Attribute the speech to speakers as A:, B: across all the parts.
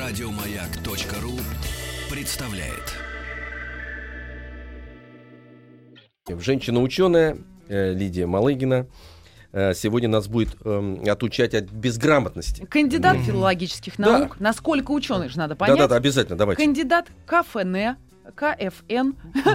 A: Радиомаяк.ру представляет.
B: Женщина-ученая Лидия Малыгина сегодня нас будет отучать от безграмотности.
C: Кандидат филологических наук. Да. Насколько ученый же надо понять.
B: Да, обязательно, давайте.
C: Кандидат КФН, КФН.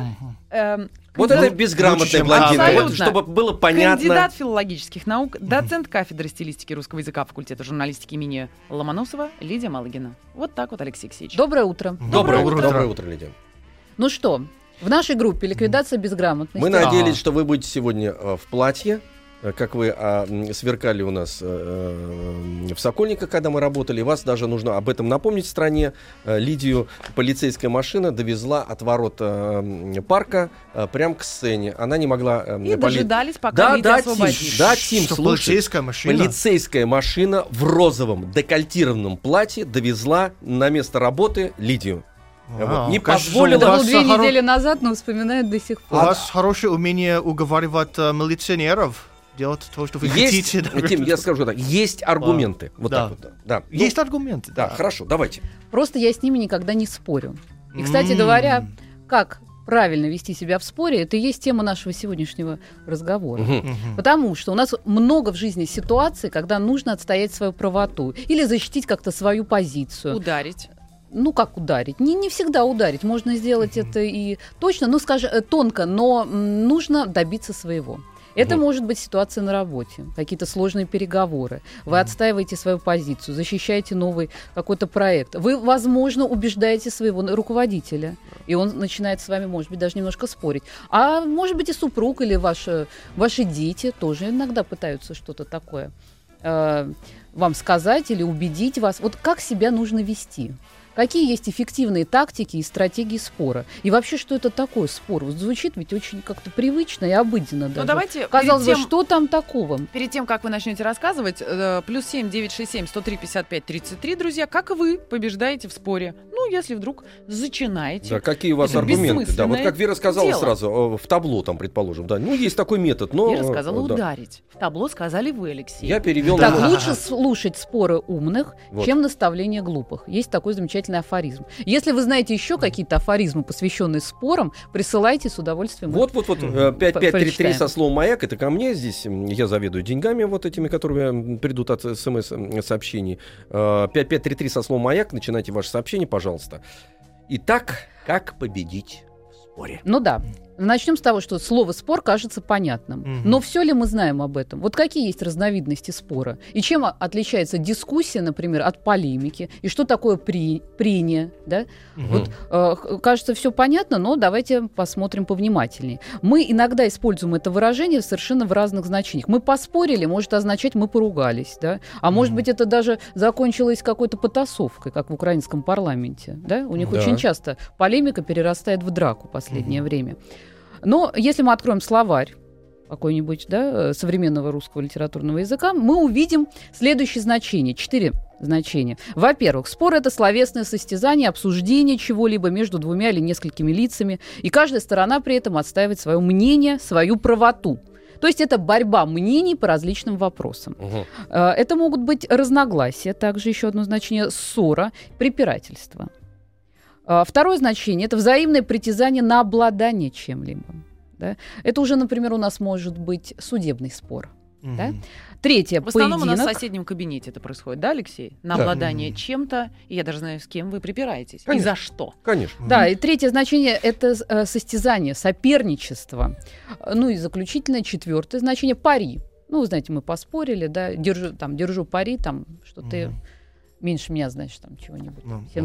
B: Вот это безграмотная блондинка, вот, чтобы было понятно.
C: Кандидат филологических наук, доцент кафедры стилистики русского языка факультета журналистики имени Ломоносова Лидия Малыгина. Вот так вот, Алексей Алексеевич.
D: Доброе утро.
B: Доброе утро, Лидия.
D: Ну что, в нашей группе ликвидация безграмотности.
B: Мы надеялись, что вы будете сегодня в платье, как вы сверкали у нас в Сокольниках, когда мы работали. Вас даже нужно об этом напомнить в стране. Лидию полицейская машина довезла от ворот парка прямо к сцене. Она не могла...
C: И дожидались, пока Лидия освободится.
B: Тим, слушай. Полицейская машина в розовом декольтированном платье довезла на место работы Лидию.
D: Вот, не позволила. Это было 2 недели назад, но вспоминают до сих пор.
E: У вас хорошее умение уговаривать милиционеров делать то, что вы хотите.
B: Тим, я скажу так, есть аргументы. Вот так вот. Да.
E: Есть аргументы.
B: Да, хорошо, давайте.
D: Просто я с ними никогда не спорю. И, кстати говоря, как правильно вести себя в споре, это и есть тема нашего сегодняшнего разговора. Потому что у нас много в жизни ситуаций, когда нужно отстоять свою правоту или защитить как-то свою позицию.
C: Ударить.
D: Ну, как ударить? Не всегда ударить. Можно сделать это и точно, ну, скажем, тонко, но нужно добиться своего. Это может быть ситуация на работе, какие-то сложные переговоры. Вы отстаиваете свою позицию, защищаете новый какой-то проект. Вы, возможно, убеждаете своего руководителя, и он начинает с вами, может быть, даже немножко спорить. А может быть, и супруг или ваши дети тоже иногда пытаются что-то такое вам сказать или убедить вас. Вот как себя нужно вести? Какие есть эффективные тактики и стратегии спора? И вообще, что это такое спор? Вот звучит ведь очень как-то привычно и обыденно даже.
C: Ну, давайте
D: казалось бы, что там такого?
C: Перед тем, как вы начнете рассказывать, +7 967 103 55 33, друзья, как вы побеждаете в споре? Ну, если вдруг зачинаете.
B: Да, какие у вас аргументы? Да, вот как Вера сказала сразу, в табло там, предположим, да, ну, есть такой метод, но...
C: Вера сказала ударить. В табло сказали вы, Алексей.
B: Я перевел...
D: Так, лучше слушать споры умных, чем наставления глупых. Есть такой замечательный афоризм. Если вы знаете еще какие-то афоризмы, посвященные спорам, присылайте, с удовольствием.
B: Вот, 5533 со словом «Маяк», это ко мне здесь, я заведую деньгами вот этими, которые придут от СМС-сообщений. 5533 со словом «Маяк», начинайте ваше сообщение, пожалуйста. Итак, как победить в споре?
D: Ну да. Начнем с того, что слово «спор» кажется понятным. Но все ли мы знаем об этом? Вот какие есть разновидности спора? И чем отличается дискуссия, например, от полемики? И что такое прение? Да? Вот, кажется, все понятно, но давайте посмотрим повнимательнее. Мы иногда используем это выражение совершенно в разных значениях. Мы поспорили, может означать «мы поругались». Да? А может быть, это даже закончилось какой-то потасовкой, как в украинском парламенте. Да? У них очень часто полемика перерастает в драку в последнее время. Но если мы откроем словарь какой-нибудь, да, современного русского литературного языка, мы увидим следующие значения. 4 значения. Во-первых, спор — это словесное состязание, обсуждение чего-либо между двумя или несколькими лицами, и каждая сторона при этом отстаивает свое мнение, свою правоту. То есть это борьба мнений по различным вопросам. Это могут быть разногласия, также еще одно значение — ссора, препирательство. Второе значение — это взаимное притязание на обладание чем-либо. Да? Это уже, например, у нас может быть судебный спор. Да? Третье —
C: в основном у нас в соседнем кабинете это происходит, да, Алексей? На обладание чем-то, и я даже знаю, с кем вы припираетесь. Конечно. И за что.
B: Конечно.
D: Да, и третье значение — это состязание, соперничество. Ну и заключительное, 4-е значение — пари. Ну, вы знаете, мы поспорили, да, держу пари, там, что ты меньше меня знаешь, там, чего-нибудь.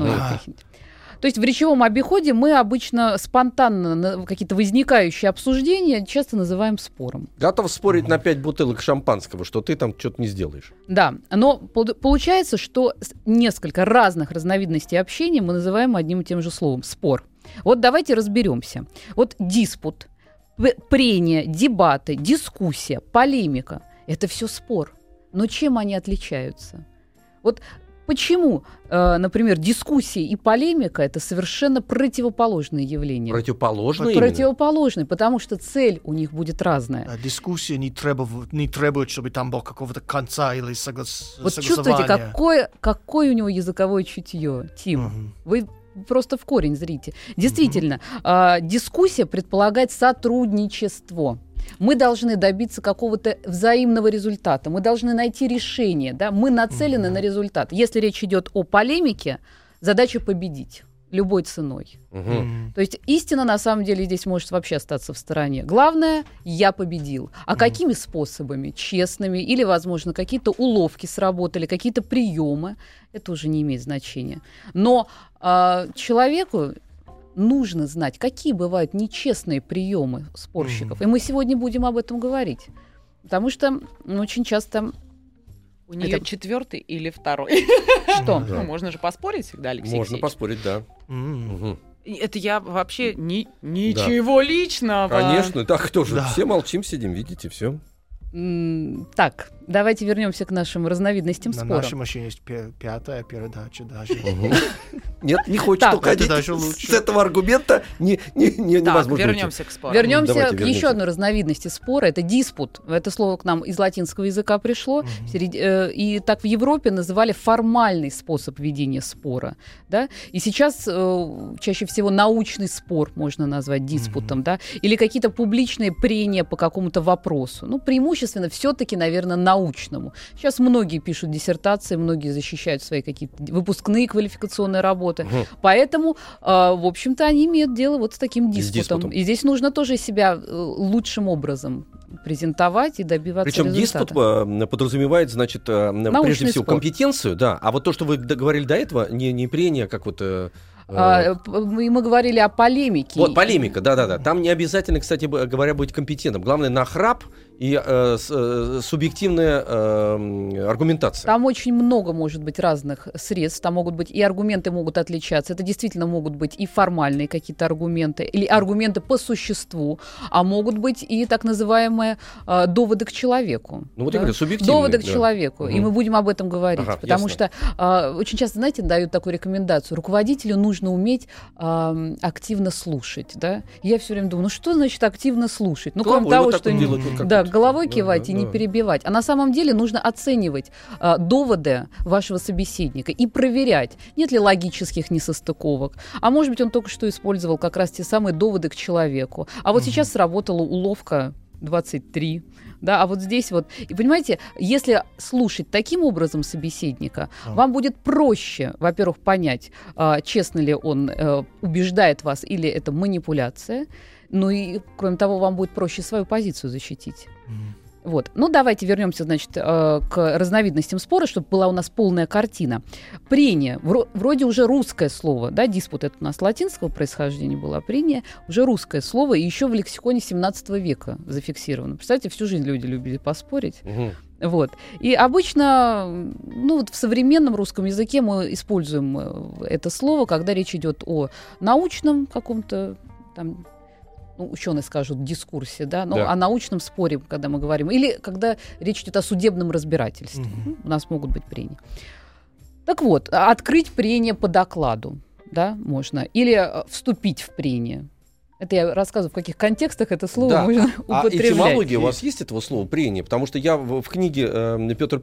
D: То есть в речевом обиходе мы обычно спонтанно какие-то возникающие обсуждения часто называем спором.
B: Готов спорить на 5 бутылок шампанского, что ты там что-то не сделаешь.
D: Да, но получается, что несколько разных разновидностей общения мы называем одним и тем же словом — спор. Вот давайте разберемся. Вот диспут, прение, дебаты, дискуссия, полемика — это все спор. Но чем они отличаются? Вот Почему, например, дискуссия и полемика – это совершенно противоположные явления?
B: Противоположные?
D: Противоположные, потому что цель у них будет разная.
E: Дискуссия не требует, чтобы там был какого-то конца или согласования.
D: Вот чувствуете, какое у него языковое чутье, Тим? Вы просто в корень зрите. Действительно, дискуссия предполагает сотрудничество. Мы должны добиться какого-то взаимного результата. Мы должны найти решение. Да? Мы нацелены на результат. Если речь идет о полемике, задача победить любой ценой. То есть истина на самом деле здесь может вообще остаться в стороне. Главное, я победил. А какими способами? Честными или, возможно, какие-то уловки сработали, какие-то приемы. Это уже не имеет значения. Но человеку нужно знать, какие бывают нечестные приемы спорщиков. И мы сегодня будем об этом говорить. Потому что очень часто...
C: У нее 4-й или 2-й.
D: Что?
C: Ну, можно же поспорить всегда, Алексей
B: Можно
C: Алексеевич.
B: поспорить, да.
C: Это я вообще ничего личного.
B: Конечно, так тоже.
E: Да.
B: Все молчим, сидим, видите, все.
D: Так, давайте вернемся к нашим разновидностям
E: На
D: спора.
E: нашей машине есть 5-я передача даже.
B: Нет, не хочет
D: Так,
B: уходить.
E: это даже лучше.
B: С этого аргумента
C: Так,
B: невозможно.
C: вернемся к спору.
D: Вернемся
B: Давайте
D: к
B: вернемся.
D: еще одной разновидности спора. Это диспут. Это слово к нам из латинского языка пришло. И так в Европе называли формальный способ ведения спора. Да? И сейчас чаще всего научный спор можно назвать диспутом. Да? Или какие-то публичные прения по какому-то вопросу. Ну, преимущественно все-таки, наверное, научному. Сейчас многие пишут диссертации, многие защищают свои какие-то выпускные квалификационные работы. Поэтому, в общем-то, они имеют дело вот с таким диспутом. И здесь нужно тоже себя лучшим образом презентовать и добиваться
B: Причем
D: результата.
B: диспут подразумевает, значит, прежде всего
D: спор.
B: компетенцию, да. А вот то, что вы говорили до этого, не прение, как вот...
D: Мы говорили о полемике.
B: Вот, полемика, да-да-да. Там не обязательно, кстати говоря, быть компетентным. Главное, нахрап и субъективная аргументация.
D: Там очень много может быть разных средств. Там могут быть и аргументы могут отличаться. Это действительно могут быть и формальные какие-то аргументы, или аргументы по существу, а могут быть и так называемые доводы к человеку.
B: Ну, вот я говорю, субъективные.
D: Доводы к
B: да.
D: человеку. И мы будем об этом говорить.
B: Ага,
D: потому
B: ясно.
D: что очень часто, знаете, дают такую рекомендацию. Руководителю нужно уметь активно слушать. Да? Я все время думаю, ну что значит активно слушать? Ну, кроме
B: Головой
D: того,
B: вот так
D: что...
B: вот делать, вот как
D: Да,
B: вот.
D: головой
B: Да,
D: кивать
B: да,
D: и не
B: да.
D: перебивать. А на самом деле нужно оценивать доводы вашего собеседника и проверять, нет ли логических несостыковок. А может быть, он только что использовал как раз те самые доводы к человеку. А вот сейчас сработала уловка 23. Да, а вот здесь вот, и понимаете, если слушать таким образом собеседника, вам будет проще, во-первых, понять, честно ли он убеждает вас или это манипуляция, ну и, кроме того, вам будет проще свою позицию защитить. Вот. Ну, давайте вернемся, значит, к разновидностям спора, чтобы была у нас полная картина. Прение. Вроде уже русское слово, да, диспут это у нас латинского происхождения было, а прение уже русское слово, и еще в лексиконе 17 века зафиксировано. Представьте, всю жизнь люди любили поспорить. Вот. И обычно, ну, вот в современном русском языке мы используем это слово, когда речь идет о научном каком-то там, ну, ученые скажут, дискурсе, да, но о научном споре, когда мы говорим, или когда речь идет о судебном разбирательстве. У нас могут быть прения. Так вот, открыть прение по докладу, да, можно, или вступить в прение. Это я рассказываю, в каких контекстах это слово можно употреблять.
B: А этимология у вас есть этого слова «прение»? Потому что я в книге Петр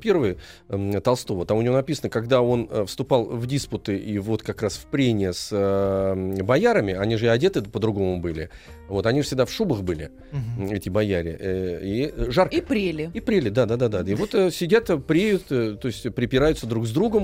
B: I Толстого, там у него написано, когда он вступал в диспуты и вот как раз в прение с боярами, они же и одеты по-другому были, вот, они же всегда в шубах были, эти бояре, и жарко.
C: И прели.
B: И прели, да. И вот сидят, преют, то есть припираются друг с другом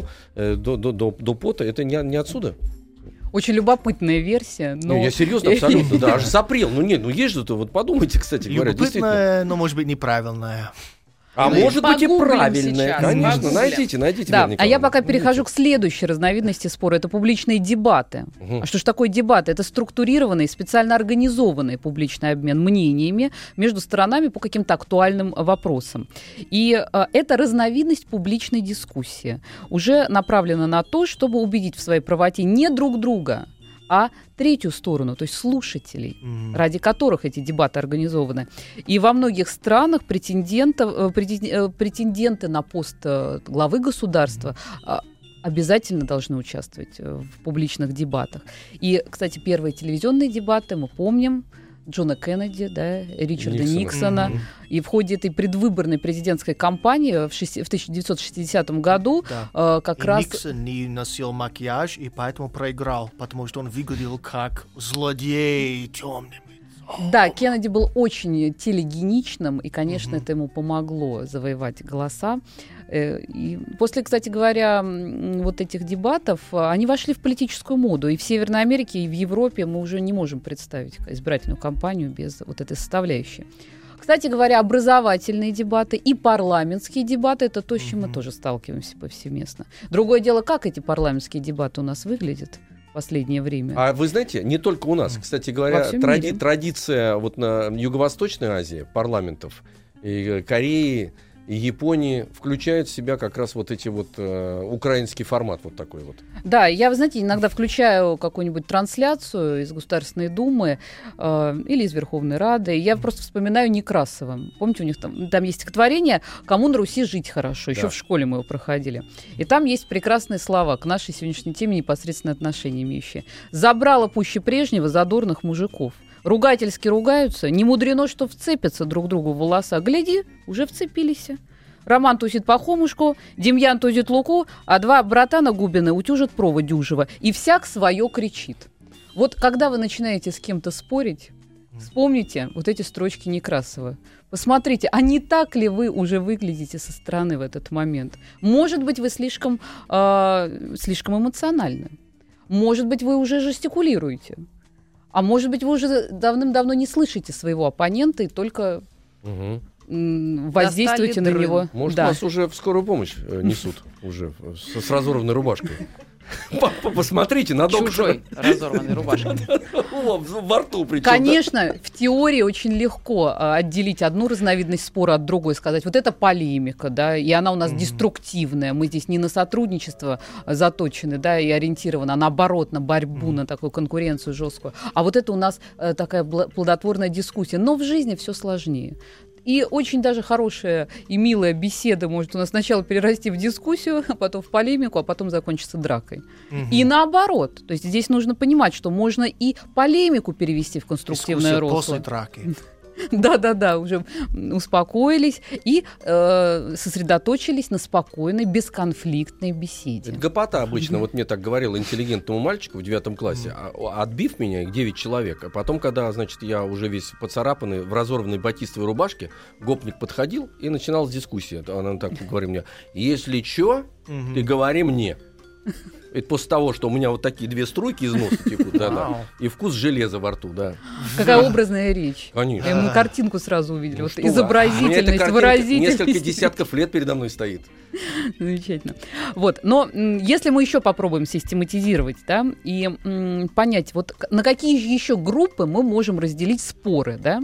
B: до пота. Это не отсюда?
D: Очень любопытная версия. Но...
B: Не, я серьезно, абсолютно, да, аж запрел. Ну нет, ну есть же, вот подумайте, кстати говоря, действительно.
E: Любопытная, но может быть неправильная.
B: А может быть и
C: Погуглим
B: правильная,
C: сейчас,
B: конечно,
C: погуглим.
B: найдите,
D: Да,
B: Вера
D: а я
B: Николаевна.
D: пока перехожу к следующей разновидности спора. Это публичные дебаты. А что же такое дебаты? Это структурированный, специально организованный публичный обмен мнениями между сторонами по каким-то актуальным вопросам. И это разновидность публичной дискуссии. Уже направлена на то, чтобы убедить в своей правоте не друг друга, а третью сторону, то есть слушателей, ради которых эти дебаты организованы. И во многих странах претенденты на пост главы государства обязательно должны участвовать в публичных дебатах. И, кстати, первые телевизионные дебаты мы помним. Джона Кеннеди, да, Ричарда Никсона. И в ходе этой предвыборной президентской кампании в 1960 году как раз...
E: Никсон не носил макияж и поэтому проиграл, потому что он выглядел как злодей темный.
D: Да, Кеннеди был очень телегеничным, и, конечно, это ему помогло завоевать голоса. И после, кстати говоря, вот этих дебатов, они вошли в политическую моду. И в Северной Америке, и в Европе мы уже не можем представить избирательную кампанию без вот этой составляющей. Кстати говоря, образовательные дебаты и парламентские дебаты – это то, с чем мы тоже сталкиваемся повсеместно. Другое дело, как эти парламентские дебаты у нас выглядят в последнее время.
B: А вы знаете, не только у нас, кстати говоря, традиция вот на Юго-Восточной Азии парламентов и Кореи и Японии включает в себя как раз вот эти вот украинский формат вот такой вот.
D: Да, я, вы знаете, иногда включаю какую-нибудь трансляцию из Государственной Думы или из Верховной Рады, и я просто вспоминаю Некрасова. Помните, у них там есть стихотворение «Кому на Руси жить хорошо», еще в школе мы его проходили. И там есть прекрасные слова к нашей сегодняшней теме, непосредственно отношения имеющие. «Забрала пуще прежнего задорных мужиков. Ругательски ругаются, не мудрено, что вцепятся друг другу в волоса. Гляди, уже вцепились. Роман тузит Пахомушку, Демьян тузит Луку, а два братана Губины утюжат провод дюжева. И всяк свое кричит». Вот когда вы начинаете с кем-то спорить, вспомните вот эти строчки Некрасова. Посмотрите, а не так ли вы уже выглядите со стороны в этот момент? Может быть, вы слишком эмоциональны. Может быть, вы уже жестикулируете. А может быть, вы уже давным-давно не слышите своего оппонента и только воздействуете на него.
B: Может, нас уже в скорую помощь несут уже с разорванной рубашкой. Посмотрите на доктора.
C: Чужой разорванной рубашкой.
B: Во рту причем.
D: Конечно, в теории очень легко отделить одну разновидность спора от другой, сказать, вот это полемика, да, и она у нас деструктивная. Мы здесь не на сотрудничество заточены, да, и ориентированы, а наоборот, на борьбу, на такую конкуренцию жесткую. А вот это у нас такая плодотворная дискуссия. Но в жизни все сложнее. И очень даже хорошая и милая беседа может у нас сначала перерасти в дискуссию, а потом в полемику, а потом закончиться дракой. И наоборот. То есть здесь нужно понимать, что можно и полемику перевести в конструктивное русло.
E: После драки.
D: Да, уже успокоились и сосредоточились на спокойной, бесконфликтной беседе.
B: Это гопота обычно, вот мне так говорил интеллигентному мальчику в 9 классе, отбив меня, 9 человек, а потом, когда, значит, я уже весь поцарапанный, в разорванной батистовой рубашке, гопник подходил и начиналась дискуссия. Она так говорит мне: если чё, ты говори мне. Это после того, что у меня вот такие две струйки из носа текут, да, и вкус железа во рту, да.
D: Какая образная речь.
B: Конечно.
D: Мы картинку сразу увидели. Вот изобразительность, выразительность.
B: Несколько десятков лет передо мной стоит.
D: Замечательно. Вот. Но если мы еще попробуем систематизировать, да, и понять, вот на какие же еще группы мы можем разделить споры, да,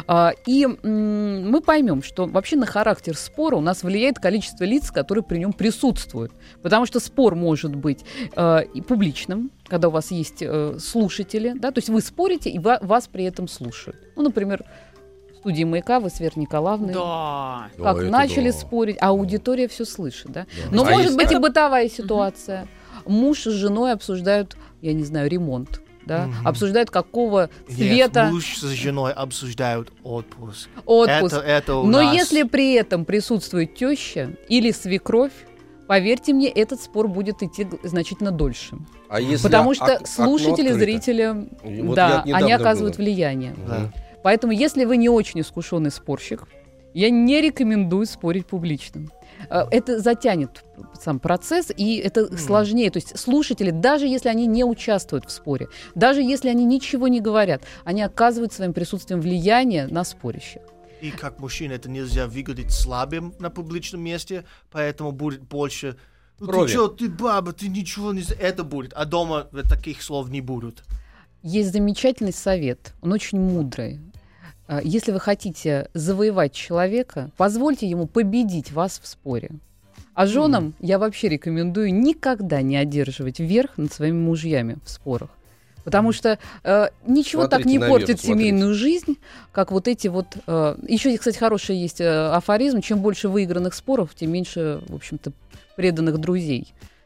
D: и мы поймем, что вообще на характер спора у нас влияет количество лиц, которые при нем присутствуют. Потому что спор может быть и публичным, когда у вас есть слушатели, да, то есть вы спорите, и вас при этом слушают. Ну, например, в студии «Маяка» вы с Верой Николаевной как начали спорить, а аудитория все слышит, да. Но может быть и бытовая ситуация. Муж с женой обсуждают, я не знаю, ремонт. Да? Обсуждают, какого цвета...
E: Нет, муж с женой обсуждают отпуск. Это у
D: Но
E: нас...
D: если при этом присутствует теща или свекровь, поверьте мне, этот спор будет идти значительно дольше. Потому что слушатели, зрители, да, они оказывают влияние.
E: Да.
D: Поэтому, если вы не очень искушенный спорщик, я не рекомендую спорить публично. Это затянет сам процесс, и это сложнее. То есть слушатели, даже если они не участвуют в споре, даже если они ничего не говорят, они оказывают своим присутствием влияние на спорящих.
E: И как мужчина это нельзя выглядеть слабым на публичном месте, поэтому будет больше «Ты что, ты баба, ты ничего не...» Это будет, а дома таких слов не будут.
D: Есть замечательный совет, он очень мудрый. Если вы хотите завоевать человека, позвольте ему победить вас в споре. А женам я вообще рекомендую никогда не одерживать верх над своими мужьями в спорах. Потому что ничего так не портит семейную жизнь, как вот эти вот... Еще, кстати, хороший есть афоризм: чем больше выигранных споров, тем меньше, в общем-то, преданных друзей.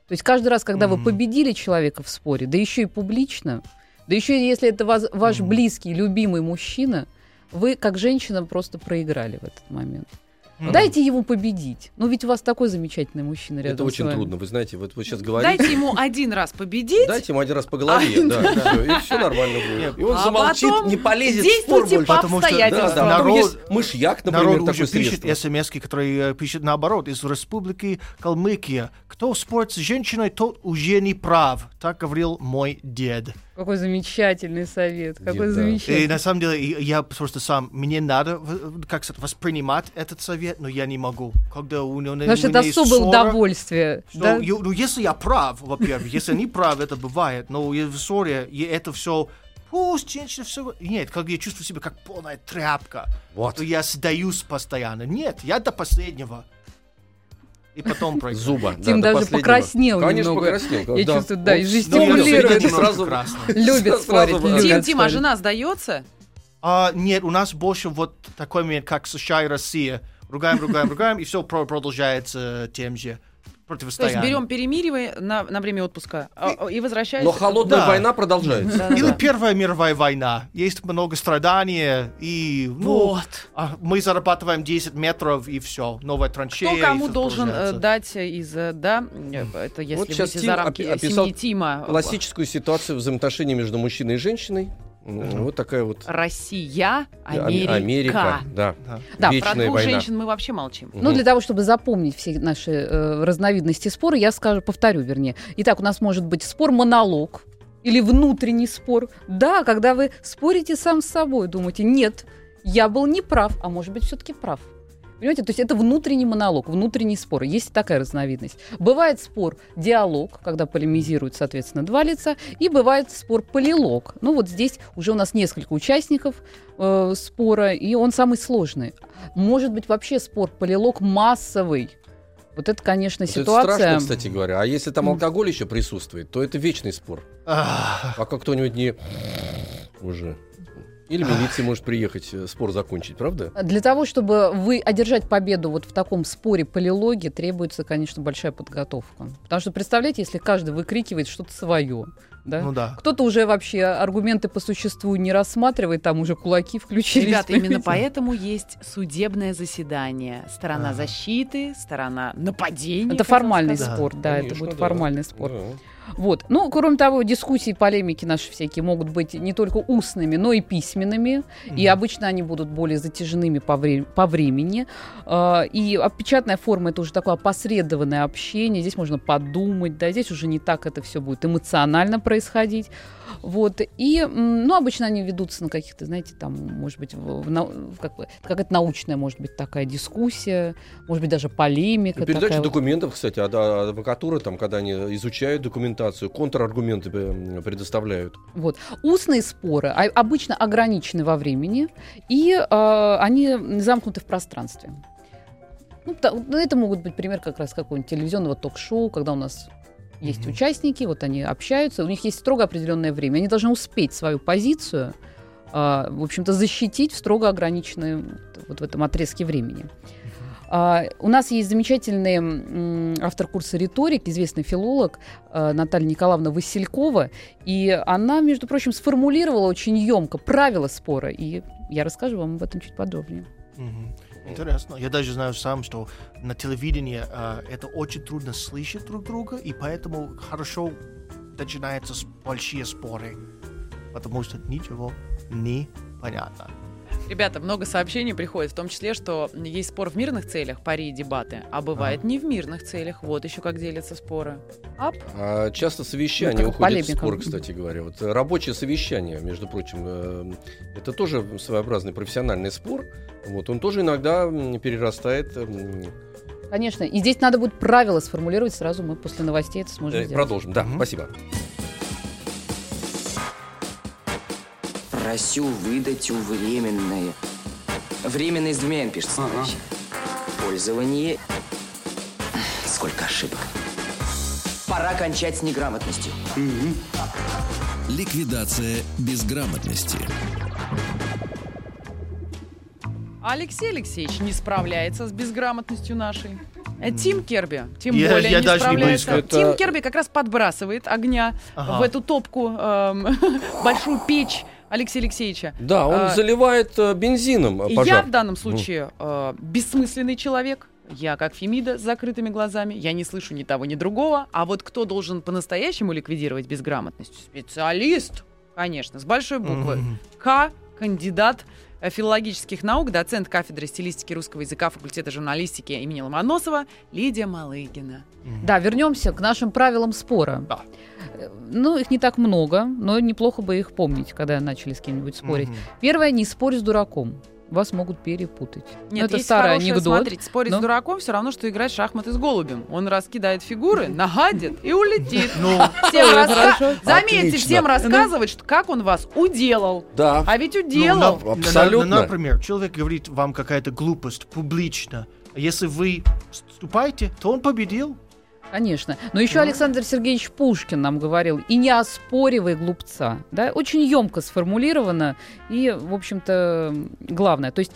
D: То есть каждый раз, когда вы победили человека в споре, да еще и публично, да еще и если это ваш близкий, любимый мужчина, вы, как женщина, просто проиграли в этот момент. Дайте ему победить. Ну, ведь у вас такой замечательный мужчина рядом
B: Это
D: с
B: очень
D: вами.
B: трудно. Вы знаете, вот вы сейчас говорите...
C: Дайте ему один раз победить.
B: Дайте ему один раз по голове, да, и все нормально будет. И он замолчит,
C: потом
B: не полезет в спор
C: действуйте
B: больше.
C: по
E: Потому что
C: обстоятельствам.
B: Да, потом есть мышьяк, например,
E: народ
B: такое
E: уже пишет
B: средство.
E: смс-ки, которые пишет наоборот, из республики Калмыкия. Кто спорит с женщиной, тот уже не прав. Так говорил мой дед.
D: Какой замечательный совет. Какой
B: Да.
D: замечательный.
E: И на самом деле, я просто сам, мне надо как сказать, воспринимать этот совет, но я не могу. Когда у него
D: Потому что это особое удовольствие.
E: Что,
D: Да?
E: ну, если я прав, во-первых, если не прав, это бывает, но в ссоре это все... Пусть женщина все... Нет, как я чувствую себя как полная тряпка.
B: Вот.
E: То я сдаюсь постоянно. Нет, я до последнего. И потом проиграю.
B: Зуба.
D: Тим
B: да, до
D: даже
B: последнего.
D: покраснел
B: Конечно,
D: немного.
B: покраснел.
D: Я
B: да.
D: чувствую, да, и
B: Он
D: жестикулирует.
B: видите,
E: Немного
B: сразу
E: красный.
D: Любит спорить.
B: Сразу-
D: любит
C: Тим, а
D: спорить.
C: жена сдается?
E: Нет, у нас больше вот такой момент, как США и Россия. Ругаем, и все продолжается тем же.
C: То есть
E: Противостояние.
C: берем, перемириваем на время отпуска и возвращаемся.
B: Но холодная
E: Да.
B: война продолжается.
C: Да.
E: Или Первая мировая война. Есть много страданий, и мы зарабатываем 10 метров, и все. Новая траншея.
C: Кто
E: и
C: кому
E: всё
C: должен
E: продолжается.
C: дать это если
B: Вот сейчас
C: выйти
B: Тим
C: за рамки
B: описал
C: семьи Тима.
B: Классическую ситуацию взаимоотношений между мужчиной и женщиной. Вот такая вот
C: Россия, Америка.
B: Америка. Да.
D: Да,
C: Про
B: Вечная
C: двух
B: война.
C: женщин мы вообще молчим.
D: Ну, для того, чтобы запомнить все наши разновидности спора, я повторю, вернее. Итак, у нас может быть спор-монолог или внутренний спор. Да, когда вы спорите сам с собой, думаете, нет, я был неправ, а может быть, все-таки прав. Понимаете, то есть это внутренний монолог, внутренний спор. Есть такая разновидность. Бывает спор-диалог, когда полемизируют, соответственно, два лица, и бывает спор-полилог. Ну вот здесь уже у нас несколько участников спора, и он самый сложный. Может быть, вообще спор-полилог массовый. Вот это, конечно,
B: Вот
D: ситуация...
B: это страшно, кстати говоря. А если там алкоголь еще присутствует, то это вечный спор. Пока кто-нибудь не... уже... Или милиция может приехать спор закончить, правда?
D: Для того, чтобы одержать победу вот в таком споре-полилоге, требуется, конечно, большая подготовка. Потому что, представляете, если каждый выкрикивает что-то свое, да?
E: Ну да.
D: Кто-то уже вообще аргументы по существу не рассматривает, там уже кулаки включились.
C: Ребята, именно
D: понимаете?
C: поэтому есть судебное заседание. Сторона защиты, сторона нападения.
D: Это
C: хотел
D: формальный
C: сказать.
D: спор, да, это
B: Конечно,
D: будет
B: да.
D: формальный спор.
B: Да.
D: Вот. Ну, кроме того, дискуссии, полемики наши всякие могут быть не только устными, но и письменными. И обычно они будут более затяжными по времени. И печатная форма — это уже такое опосредованное общение. Здесь можно подумать, да, здесь уже не так это все будет эмоционально происходить. Вот. И, ну, обычно они ведутся на каких-то, знаете, там, может быть, какая-то научная, может быть, такая дискуссия, может быть, даже полемика.
B: Передача
D: такая вот.
B: документов, кстати, адвокатура, там, когда они изучают документацию, контраргументы предоставляют.
D: Вот. Устные споры обычно ограничены во времени, и они замкнуты в пространстве. Ну, это могут быть пример как раз какого-нибудь телевизионного ток-шоу, когда у нас есть участники, вот они общаются, у них есть строго определенное время. Они должны успеть свою позицию, в общем-то, защитить в строго ограниченном вот в этом отрезке времени. У нас есть замечательный автор курса риторик, известный филолог Наталья Николаевна Василькова, и она, между прочим, сформулировала очень емко правила спора, и я расскажу вам об этом чуть подробнее.
E: Интересно. Я даже знаю сам, что на телевидении это очень трудно слышать друг друга, и поэтому хорошо начинаются большие споры, потому что ничего не понятно.
C: Ребята, много сообщений приходит, в том числе, что есть спор в мирных целях, пари и дебаты, а бывает не в мирных целях. Вот еще как делятся споры.
B: А часто совещания
D: Ну,
B: уходят в
D: полемика.
B: спор, кстати говоря. Вот рабочее совещание, между прочим, это тоже своеобразный профессиональный спор. Вот, он тоже иногда перерастает.
D: Конечно, и здесь надо будет правила сформулировать, сразу мы после новостей это сможем сделать.
B: Продолжим, да, спасибо.
F: Просю выдать временное. Временный с двумя Н пишется. Пользование. Сколько ошибок. Пора кончать с неграмотностью.
A: Ликвидация безграмотности.
C: Алексей Алексеевич не справляется с безграмотностью нашей. Тим Керби, тем
E: Я
C: более, не
E: даже не
C: справляется.
B: близко.
C: Тим
B: Это-
C: Керби как раз подбрасывает огня
E: Ага.
C: в эту топку, большую печь Алексея Алексеевича.
B: Да, он заливает бензином
C: И
B: пожар.
C: я в данном случае бессмысленный человек. Я как Фемида с закрытыми глазами. Я не слышу ни того, ни другого. А вот кто должен по-настоящему ликвидировать безграмотность? Специалист, конечно, с большой буквы. К, кандидат филологических наук, доцент кафедры стилистики русского языка факультета журналистики имени Ломоносова Лидия Малыгина.
D: Да, вернемся к нашим правилам спора.
E: Да.
D: Ну, их не так много, но неплохо бы их помнить, когда начали с кем-нибудь спорить. Первое, не спорь с дураком. Вас могут перепутать.
C: Нет,
D: Ну, это
C: есть
D: старый
C: хорошее,
D: анекдот.
C: смотрите, спорить
D: но-
C: с дураком все равно, что играть в шахматы с голубем. Он раскидает фигуры, нагадит и улетит.
E: Ну,
C: Всем
D: хорошо.
C: Заметьте,
B: Отлично.
C: всем рассказывать, что как он вас уделал.
B: Да.
C: А ведь уделал.
B: Абсолютно.
E: Например, человек говорит вам какая-то глупость публично. А если вы вступаете, то он победил.
D: Конечно. Но еще Александр Сергеевич Пушкин нам говорил: и не оспоривай глупца. Да? Очень емко сформулировано и, в общем-то, главное. То есть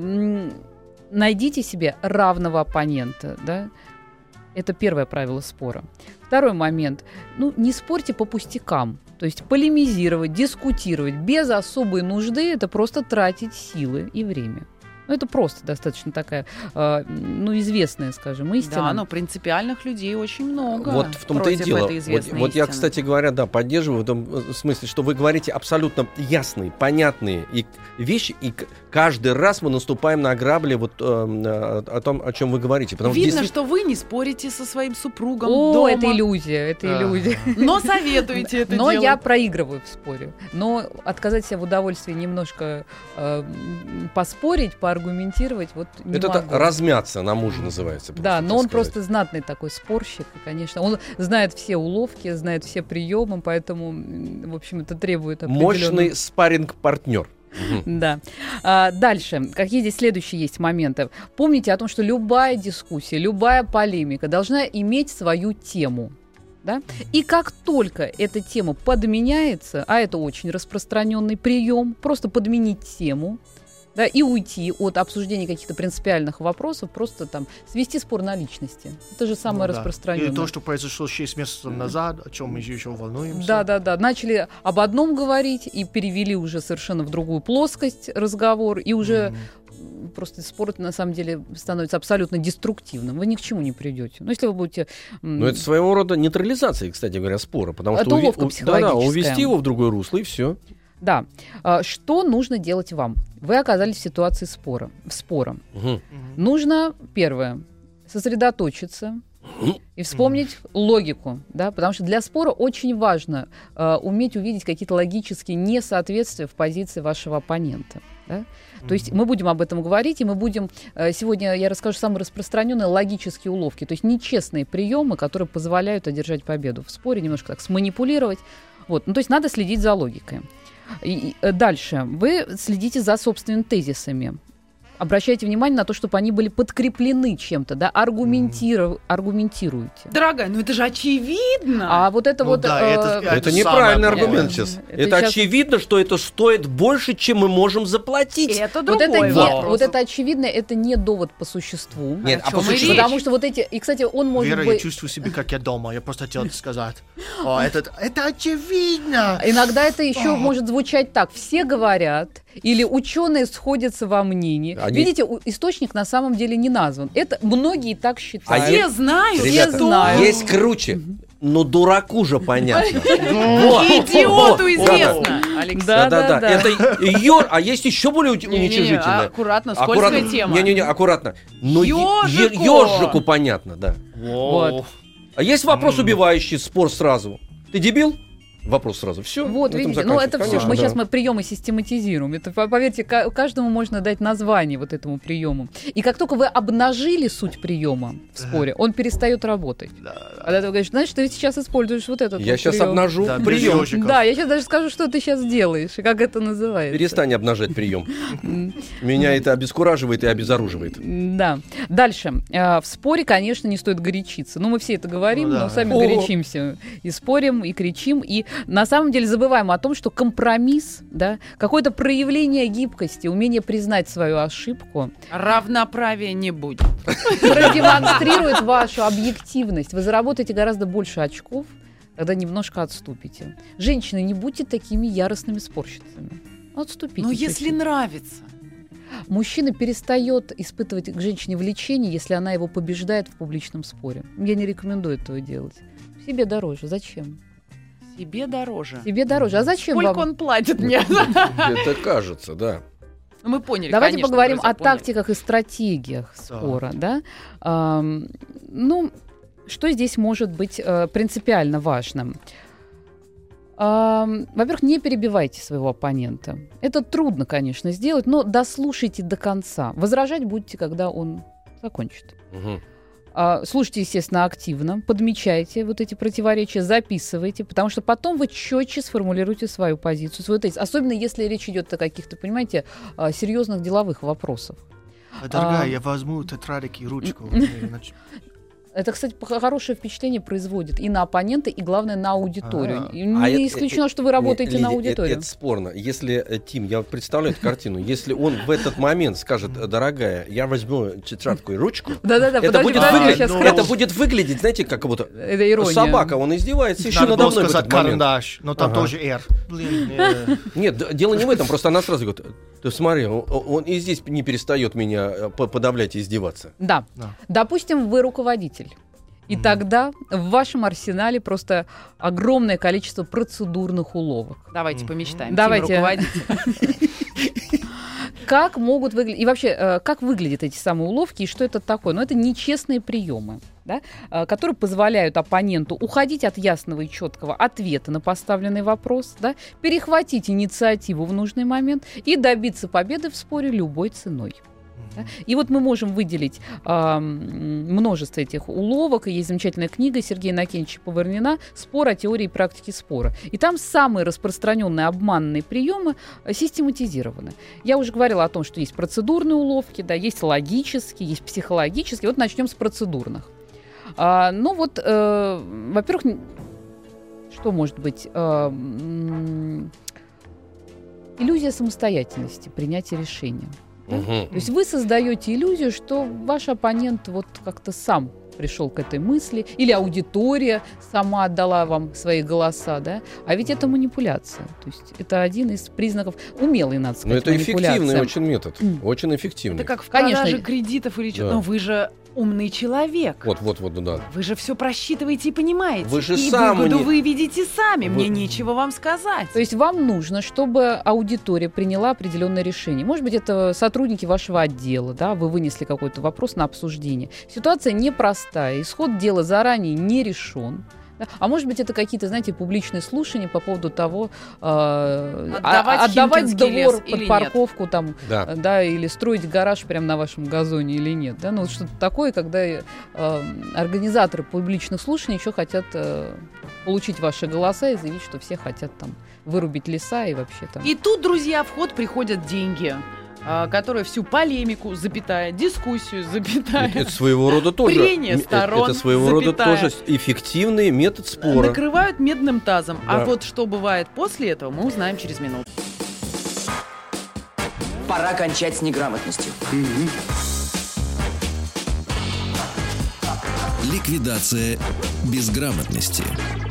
D: найдите себе равного оппонента. Да? Это первое правило спора. Второй момент. Ну, не спорьте по пустякам. То есть полемизировать, дискутировать без особой нужды — это просто тратить силы и время. Ну, это просто достаточно такая, известная, скажем, истина.
C: Да, но принципиальных людей очень много.
B: Вот в том-то и
C: против
B: дело.
C: этой известной
B: Вот я,
C: истины.
B: кстати говоря, да, поддерживаю в том смысле, что вы говорите абсолютно ясные, понятные вещи, и каждый раз мы наступаем на грабли вот о том, о чем вы говорите. Потому что
C: Видно,
B: действительно-
C: что вы не спорите со своим супругом
D: О,
C: дома,
D: это иллюзия, это иллюзия.
C: но советуете это
D: Но
C: делать.
D: я проигрываю в споре. Но отказать себе в удовольствии немножко поспорить, поаргументировать, вот не
B: это
D: могу.
B: размяться на мужа называется.
D: Да, но
B: так
D: он
B: сказать.
D: просто знатный такой спорщик, и, конечно. Он знает все уловки, знает все приемы, поэтому, в общем, это требует определенного...
B: Мощный спарринг-партнер.
D: Да. Дальше. Какие здесь следующие есть моменты? Помните о том, что любая дискуссия, любая полемика должна иметь свою тему. Да? И как только эта тема подменяется, а это очень распространенный прием, просто подменить тему, да, и уйти от обсуждения каких-то принципиальных вопросов, просто там свести спор на личности. Это же самое
E: Ну да.
D: распространенное.
E: И то, что произошло 6 месяцев назад, о чем мы еще волнуемся.
D: Да. Начали об одном говорить и перевели уже совершенно в другую плоскость разговор, и уже просто спор на самом деле становится абсолютно деструктивным. Вы ни к чему не придете. Но если вы будете...
B: Но это своего рода нейтрализация, кстати говоря, спора. Потому
D: Это
B: что
D: уловка психологическая.
B: увести его в другое русло, и все.
D: Да. Что нужно делать вам? Вы оказались в ситуации спора. Нужно, первое, сосредоточиться и вспомнить логику, да, потому что для спора очень важно уметь увидеть какие-то логические несоответствия в позиции вашего оппонента. Да? То есть мы будем об этом говорить, и мы будем... Сегодня я расскажу самые распространенные логические уловки, то есть нечестные приемы, которые позволяют одержать победу в споре, немножко так сманипулировать. Вот. Ну, то есть надо следить за логикой. И дальше. Вы следите за собственными тезисами. Обращайте внимание на то, чтобы они были подкреплены чем-то, да, аргументируйте.
C: Дорогая, ну это же очевидно.
D: А вот это
E: Ну
D: вот...
E: да, это
B: Это неправильный
E: самое
B: аргумент
E: главное.
B: сейчас.
D: Это
B: Это
D: сейчас-
B: очевидно, что это стоит больше, чем мы можем заплатить.
C: Это
D: Вот это,
C: другой
D: не,
C: вопрос.
D: вот это очевидно, это не довод по существу.
B: Нет,
C: О
B: а
C: чём
B: по
C: и
B: существу-
C: речь?
D: Потому что вот эти... И, кстати, он может
E: Вера, я
D: быть...
E: чувствую себя, как я дома. Я просто хотел сказать. Это очевидно.
D: Иногда это еще может звучать так. Все говорят, или ученые сходятся во мнении.
B: Они-
D: Видите, источник на самом деле не назван. Это многие так считают.
C: Все знают,
B: Ребята,
C: что?
D: знают.
B: есть круче. Но дураку же понятно.
C: Идиоту
B: Вот.
C: известно, Алексей.
B: Да.
D: Да.
B: Это а есть еще более
C: Не-не-не,
B: уничижительное.
C: аккуратно, скользкая тема.
B: Не-не-не, аккуратно. Но
C: Ёжику.
B: ежику понятно, да.
D: Вот.
B: А есть вопрос убивающий, спор сразу. Ты дебил? Вопрос сразу. Все.
D: Вот, видите, ну это все, мы сейчас приемы систематизируем. Это, поверьте, каждому можно дать название вот этому приему. И как только вы обнажили суть приема в споре, он перестает работать. А ты говоришь, знаешь, ты сейчас используешь вот этот
B: Я
D: вот
B: сейчас
D: прием.
B: обнажу
E: Да, без
B: прием.
E: ёжиков.
D: Да, я сейчас даже скажу, что ты сейчас делаешь и как это называется.
B: Перестань обнажать прием. Меня это обескураживает и обезоруживает.
D: Да. Дальше. В споре, конечно, не стоит горячиться. Ну, мы все это говорим,
E: Ну да.
D: но сами
B: О.
D: горячимся. И спорим, и кричим. И На самом деле забываем о том, что компромисс, да, какое-то проявление гибкости, умение признать свою ошибку
C: Равноправия не будет.
D: продемонстрирует вашу объективность. Вы заработаете гораздо больше очков, когда немножко отступите. Женщины, не будьте такими яростными спорщицами. Отступите.
C: Но если
D: чуть-чуть.
C: нравится.
D: Мужчина перестает испытывать к женщине влечение, если она его побеждает в публичном споре. Я не рекомендую этого делать. Себе дороже. Зачем?
C: Себе дороже.
D: Себе дороже. А зачем
C: Сколько
D: вам?
C: он платит мне?
B: Это кажется, да.
C: Мы поняли,
D: Давайте
C: конечно,
D: поговорим
C: друзья,
D: о
C: поняли.
D: тактиках и стратегиях спора. Да? Ну, что здесь может быть принципиально важным? Во-первых, не перебивайте своего оппонента. Это трудно, конечно, сделать, но дослушайте до конца. Возражать будете, когда он закончит.
B: Мгм.
D: Слушайте, естественно, активно, подмечайте вот эти противоречия, записывайте, потому что потом вы четче сформулируете свою позицию, свою тезис. Особенно если речь идет о каких-то, понимаете, серьезных деловых вопросах.
E: Дорогая, я возьму тетрадик и ручку.
D: Это, кстати, хорошее впечатление производит и на оппонента, и, главное, на аудиторию.
E: Ага.
D: И не
B: это-
D: исключено, что вы работаете
B: Лидия,
D: на аудиторию.
B: Это спорно. Если, Тим, я представляю эту картину, если он в этот момент скажет: дорогая, я возьму тетрадку и ручку,
D: Да-да-да,
B: это
D: подожди,
B: будет,
D: подожди,
B: выгля-
D: сейчас
E: ну,
D: скажу.
B: это будет выглядеть, знаете, как будто
D: Это ирония.
B: собака, он издевается еще
E: Надо
B: надо
E: было
B: мной в
E: сказать
B: этот момент.
E: карандаш, но там
B: Ага.
E: тоже R. Блин,
B: Нет, дело не в этом, просто она сразу говорит: ты смотри, он и здесь не перестает меня подавлять и издеваться.
D: Да.
E: Да.
D: Допустим, вы руководитель. И тогда в вашем арсенале просто огромное количество процедурных уловок.
C: Давайте помечтаем.
D: Давайте.
C: Тим, руководитель.
D: Как могут выглядеть... И вообще, как выглядят эти самые уловки, и что это такое? Ну, это нечестные приемы, да, которые позволяют оппоненту уходить от ясного и четкого ответа на поставленный вопрос, да, перехватить инициативу в нужный момент и добиться победы в споре любой ценой. Да? И вот мы можем выделить множество этих уловок. И есть замечательная книга Сергея Иннокентьевича Поварнина «Спор о теории и практике спора». И там самые распространенные обманные приемы систематизированы. Я уже говорила о том, что есть процедурные уловки, да, есть логические, есть психологические. Вот начнем с процедурных. Ну вот, во-первых, что может быть? Иллюзия самостоятельности, принятия решения.
B: Мгм.
D: То есть вы создаете иллюзию, что ваш оппонент вот как-то сам пришел к этой мысли, или аудитория сама отдала вам свои голоса, да? А ведь это манипуляция. То есть это один из признаков умелой, надо
B: Но
D: сказать,
B: это эффективный
D: манипуляции.
B: очень метод. Очень эффективный.
C: Это как в
D: Конечно.
C: продаже кредитов или что-то.
B: Да.
C: Но вы же умный человек.
B: Вот, да.
C: Вы же все просчитываете и понимаете.
B: Вы же
C: и
B: сам
C: выгоду
B: не-
C: вы видите сами.
B: Вы-
C: Мне нечего вам сказать.
D: То есть вам нужно, чтобы аудитория приняла определенное решение. Может быть, это сотрудники вашего отдела, да, вы вынесли какой-то вопрос на обсуждение. Ситуация непростая, исход дела заранее не решен. Да? А может быть, это какие-то, знаете, публичные слушания по поводу того,
C: Отдавать
D: отдавать
C: Химкинский
D: двор
C: лес или
D: под
C: нет?
D: парковку там,
B: Да.
D: да, или строить гараж прямо на вашем газоне или нет. Да? Ну, вот что-то такое, когда организаторы публичных слушаний еще хотят получить ваши голоса и заявить, что все хотят там вырубить леса и вообще там...
C: И тут, друзья, в ход приходят деньги, которые всю полемику, запятая, дискуссию, запятая,
B: Это своего рода тоже.
C: Прение сторон,
B: Это своего рода
C: запятая.
B: тоже эффективный метод спора.
C: накрывают медным тазом.
B: Да.
C: А вот что бывает после этого, мы узнаем через минуту.
F: Пора кончать с неграмотностью.
A: Ликвидация безграмотности.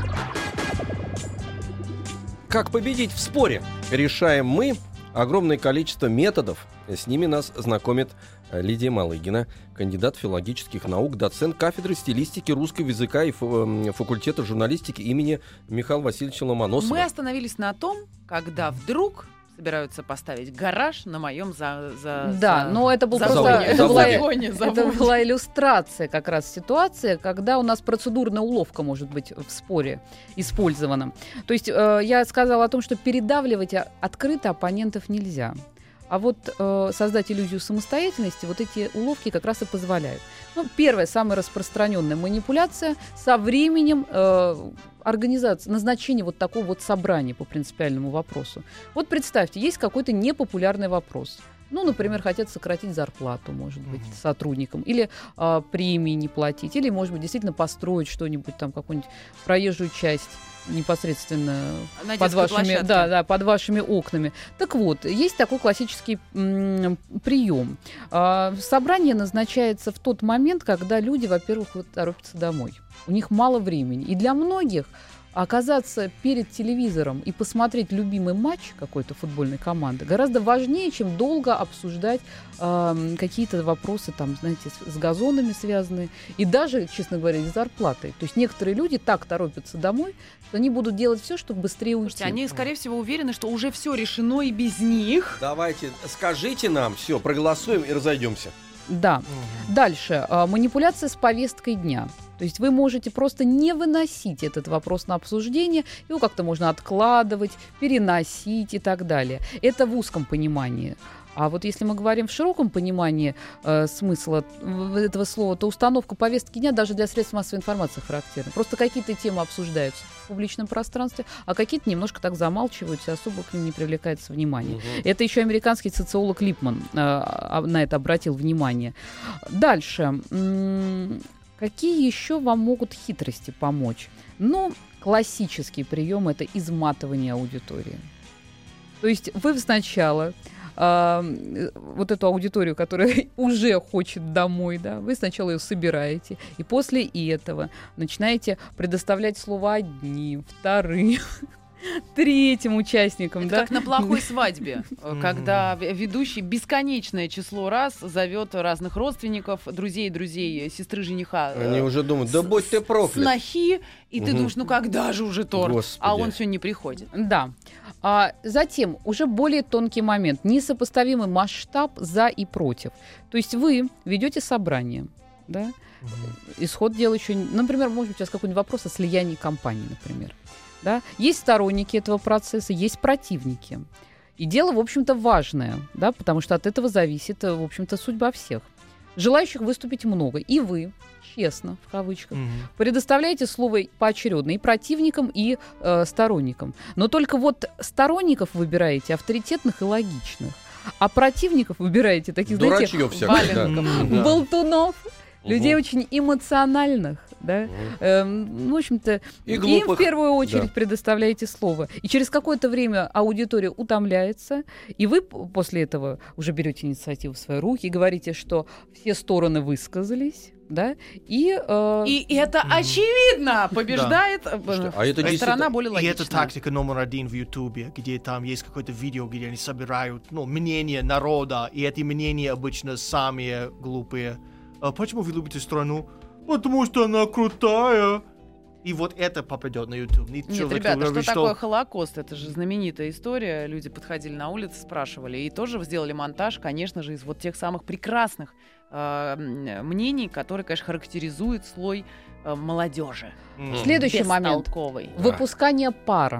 B: Как победить в споре? Решаем мы. Огромное количество методов. С ними нас знакомит Лидия Малыгина, кандидат филологических наук, доцент кафедры стилистики русского языка и факультета журналистики имени Михаила Васильевича Ломоносова.
C: Мы остановились на том, когда вдруг собираются поставить гараж на моем
D: Да, но это был просто...
B: Завоне.
D: Это была,
C: Завоне.
D: это была иллюстрация как раз ситуации, когда у нас процедурная уловка может быть в споре использована. То есть я сказала о том, что передавливать открыто оппонентов нельзя. А вот создать иллюзию самостоятельности вот эти уловки как раз и позволяют. Ну, первая, самая распространенная манипуляция со временем организация, назначение вот такого вот собрания по принципиальному вопросу. Вот представьте, есть какой-то непопулярный вопрос. Ну, например, хотят сократить зарплату, может быть, сотрудникам, или премии не платить, или, может быть, действительно построить что-нибудь там, какую-нибудь проезжую часть непосредственно под вашими, под вашими окнами. Так вот, есть такой классический прием. Собрание назначается в тот момент, когда люди, во-первых, торопятся домой. У них мало времени. И для многих оказаться перед телевизором и посмотреть любимый матч какой-то футбольной команды гораздо важнее, чем долго обсуждать какие-то вопросы, там, знаете, с газонами связанные, и даже, честно говоря, с зарплатой. То есть некоторые люди так торопятся домой, что они будут делать все, чтобы быстрее уйти.
C: Слушайте, они, скорее всего, уверены, что уже все решено и без них.
B: Давайте, скажите нам, все, проголосуем и разойдемся.
D: Да. Дальше. Манипуляция с повесткой дня. То есть вы можете просто не выносить этот вопрос на обсуждение, его как-то можно откладывать, переносить и так далее. Это в узком понимании. А вот если мы говорим в широком понимании смысла этого слова, то установка повестки дня даже для средств массовой информации характерна. Просто какие-то темы обсуждаются в публичном пространстве, а какие-то немножко так замалчиваются, особо к ним не привлекается внимание. Это еще американский социолог Липман на это обратил внимание. Дальше. Какие еще вам могут хитрости помочь? Ну, классический прием – это изматывание аудитории. То есть вы сначала вот эту аудиторию, которая уже хочет домой, да, вы сначала ее собираете, и после этого начинаете предоставлять слово одним, вторым, третьим участникам.
C: Это
D: да?
C: как на плохой свадьбе, когда ведущий бесконечное число раз зовет разных родственников, друзей, сестры жениха.
B: Они уже думают, да будь ты проклят.
C: Снохи, и ты думаешь, ну когда же уже торт?
B: Господи.
C: А он все не приходит.
D: Да. Затем уже более тонкий момент, несопоставимый масштаб за и против. То есть вы ведете собрание, да? Исход дела еще, например, может быть, у вас какой-нибудь вопрос о слиянии компаний, например. Да? Есть сторонники этого процесса, есть противники. И дело, в общем-то, важное, да, потому что от этого зависит, в общем-то, судьба всех. Желающих выступить много. И вы, честно, в кавычках, предоставляете слово поочередно и противникам, и сторонникам. Но только вот сторонников выбираете авторитетных и логичных, а противников выбираете таких,
B: Дурачьё
D: знаете, болтунов, людей очень эмоциональных. Да? В общем-то, им в первую очередь предоставляете слово. И через какое-то время аудитория утомляется, и вы после этого уже берете инициативу в свои руки и говорите, что все стороны высказались. Да? И
C: это очевидно побеждает сторона более логичная.
E: И это тактика номер один в Ютубе, где там есть какое-то видео, где они собирают мнение народа, и эти мнения обычно самые глупые. Почему вы любите страну? Потому что она крутая. И вот это попадет на YouTube.
C: Нет, ребята, что такое Холокост? Это же знаменитая история. Люди подходили на улице, спрашивали. И тоже сделали монтаж, конечно же, из вот тех самых прекрасных мнений, которые, конечно, характеризуют слой молодежи.
D: Следующий момент. Выпускание пара.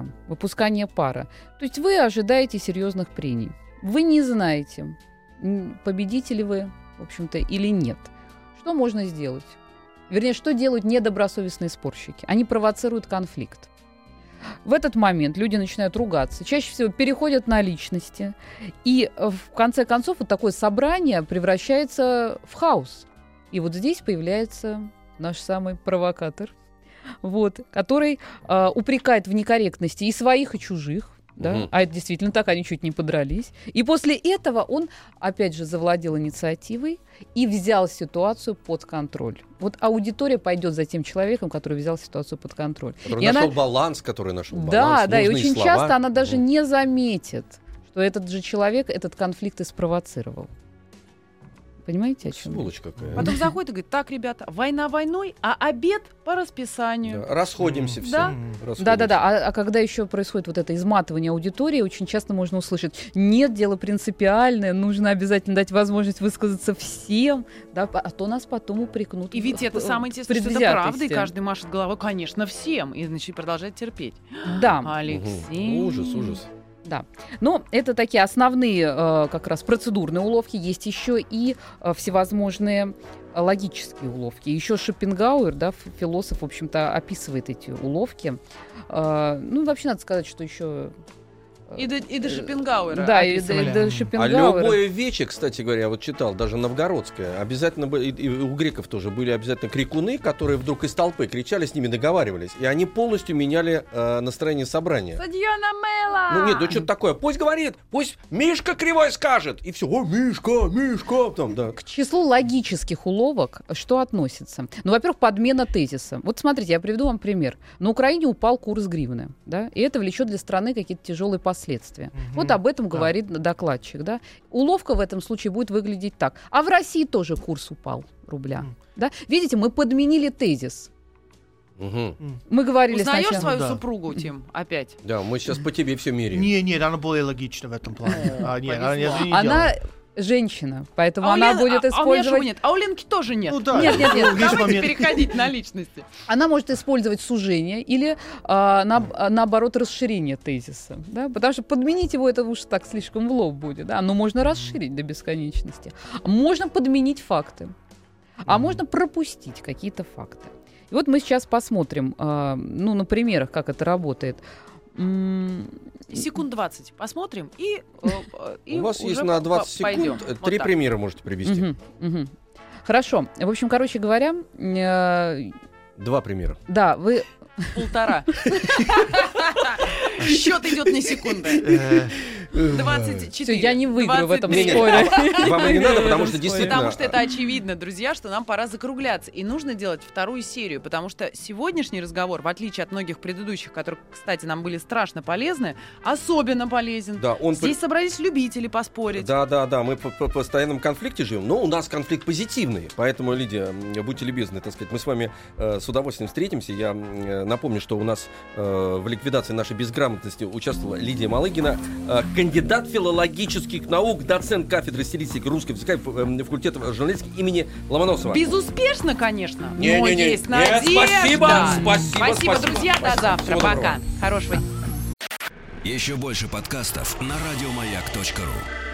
D: То есть вы ожидаете серьезных прений. Вы не знаете, победите ли вы, в общем-то, или нет. Что можно сделать? Вернее, что делают недобросовестные спорщики? Они провоцируют конфликт. В этот момент люди начинают ругаться, чаще всего переходят на личности, и в конце концов вот такое собрание превращается в хаос. И вот здесь появляется наш самый провокатор, который упрекает в некорректности и своих, и чужих. Да? А это действительно так, они чуть не подрались. И после этого он, опять же, завладел инициативой и взял ситуацию под контроль. Вот аудитория пойдет за тем человеком, который взял ситуацию под контроль.
B: Который нашел баланс,
D: Да, и очень часто она даже не заметит, что этот же человек этот конфликт и спровоцировал. Понимаете, о чем?
B: Сволочь какая.
C: Потом заходит и говорит, так, ребята, война войной, а обед по расписанию.
B: Да, расходимся все.
D: Да. А когда еще происходит вот это изматывание аудитории, очень часто можно услышать, нет, дело принципиальное, нужно обязательно дать возможность высказаться всем, да, а то нас потом упрекнут.
C: И ведь это самое интересное, что это правда, и каждый машет головой, конечно, всем, и значит, продолжает терпеть.
D: Да.
C: Алексей.
B: Ужас.
D: Да. Но это такие основные как раз процедурные уловки. Есть еще и всевозможные логические уловки. Еще Шопенгауэр, да, философ, в общем-то, описывает эти уловки. Вообще надо сказать, что еще
C: И до Шопенгауэра.
D: Да, и
C: описывали.
D: до
B: А
D: Шопенгауэра.
B: любое вече, кстати говоря, я вот читал, даже новгородское, обязательно и у греков тоже были обязательно крикуны, которые вдруг из толпы кричали, с ними договаривались, и они полностью меняли настроение собрания.
C: Стадиона Мэла!
B: Ну нет, ну что-то такое. Пусть говорит, пусть Мишка кривой скажет, и все. О, Мишка, там, да.
D: К числу логических уловок что относится? Ну, во-первых, подмена тезиса. Вот смотрите, я приведу вам пример. На Украине упал курс гривны, да, и это влечет для страны какие-то тяжелые последствия. Вот об этом говорит докладчик, да. Уловка в этом случае будет выглядеть так. А в России тоже курс упал рубля, да. Видите, мы подменили тезис.
B: Угу.
D: Мы говорили
C: Узнаешь
D: сначала...
C: свою
E: Да.
C: супругу, Тим, опять?
B: Да, мы сейчас по тебе все меряем.
E: Нет, она более логична в этом плане. Нет, она
C: Повезло.
E: не
D: Она
E: делает.
D: женщина, поэтому
C: А у
D: она
C: Лены-
D: будет
C: а у меня
D: использовать...
C: шума нет. А у Ленки тоже нет.
E: Ну да.
D: Нет.
E: Есть
C: Давайте
E: момент.
C: переходить на личности.
D: Она может использовать сужение или наоборот расширение тезиса, да? Потому что подменить его это уж так слишком в лоб будет, да? Но можно расширить до бесконечности. Можно подменить факты, а можно пропустить какие-то факты. И вот мы сейчас посмотрим, ну, на примерах, как это работает.
C: Секунд 20 посмотрим и
B: У вас
C: уже
B: есть на 20
C: пойдем.
B: секунд.
C: Вот
B: 3
C: так.
B: примера можете привести.
D: Мгм. Хорошо. В общем, короче говоря,
B: 2 примера.
D: да, вы...
C: 1,5. Счет идет на секунды. 24.
D: Всё, я не выиграю в этом
C: 23.
D: споре.
B: Вам и не надо, потому что действительно...
C: Потому что это очевидно, друзья, что нам пора закругляться. И нужно делать вторую серию, потому что сегодняшний разговор, в отличие от многих предыдущих, которые, кстати, нам были страшно полезны, особенно полезен.
B: Да, он
C: Здесь собрались любители поспорить.
B: Да, мы по постоянном конфликте живем, но у нас конфликт позитивный, поэтому, Лидия, будьте любезны, так сказать, мы с вами с удовольствием встретимся. Я напомню, что у нас в ликвидации нашей безграмотности участвовала Лидия Малыгина, кандидат филологических наук, доцент кафедры стилистики русского языка факультета журналистики имени Ломоносова.
C: Безуспешно, конечно, но
B: Не-не-не.
C: есть
B: Нет,
C: надежда.
B: спасибо,
C: друзья, до
B: спасибо.
C: завтра,
B: Всего
C: пока.
B: доброго.
C: Хорошего.
A: Еще больше подкастов на радиомаяк.ру.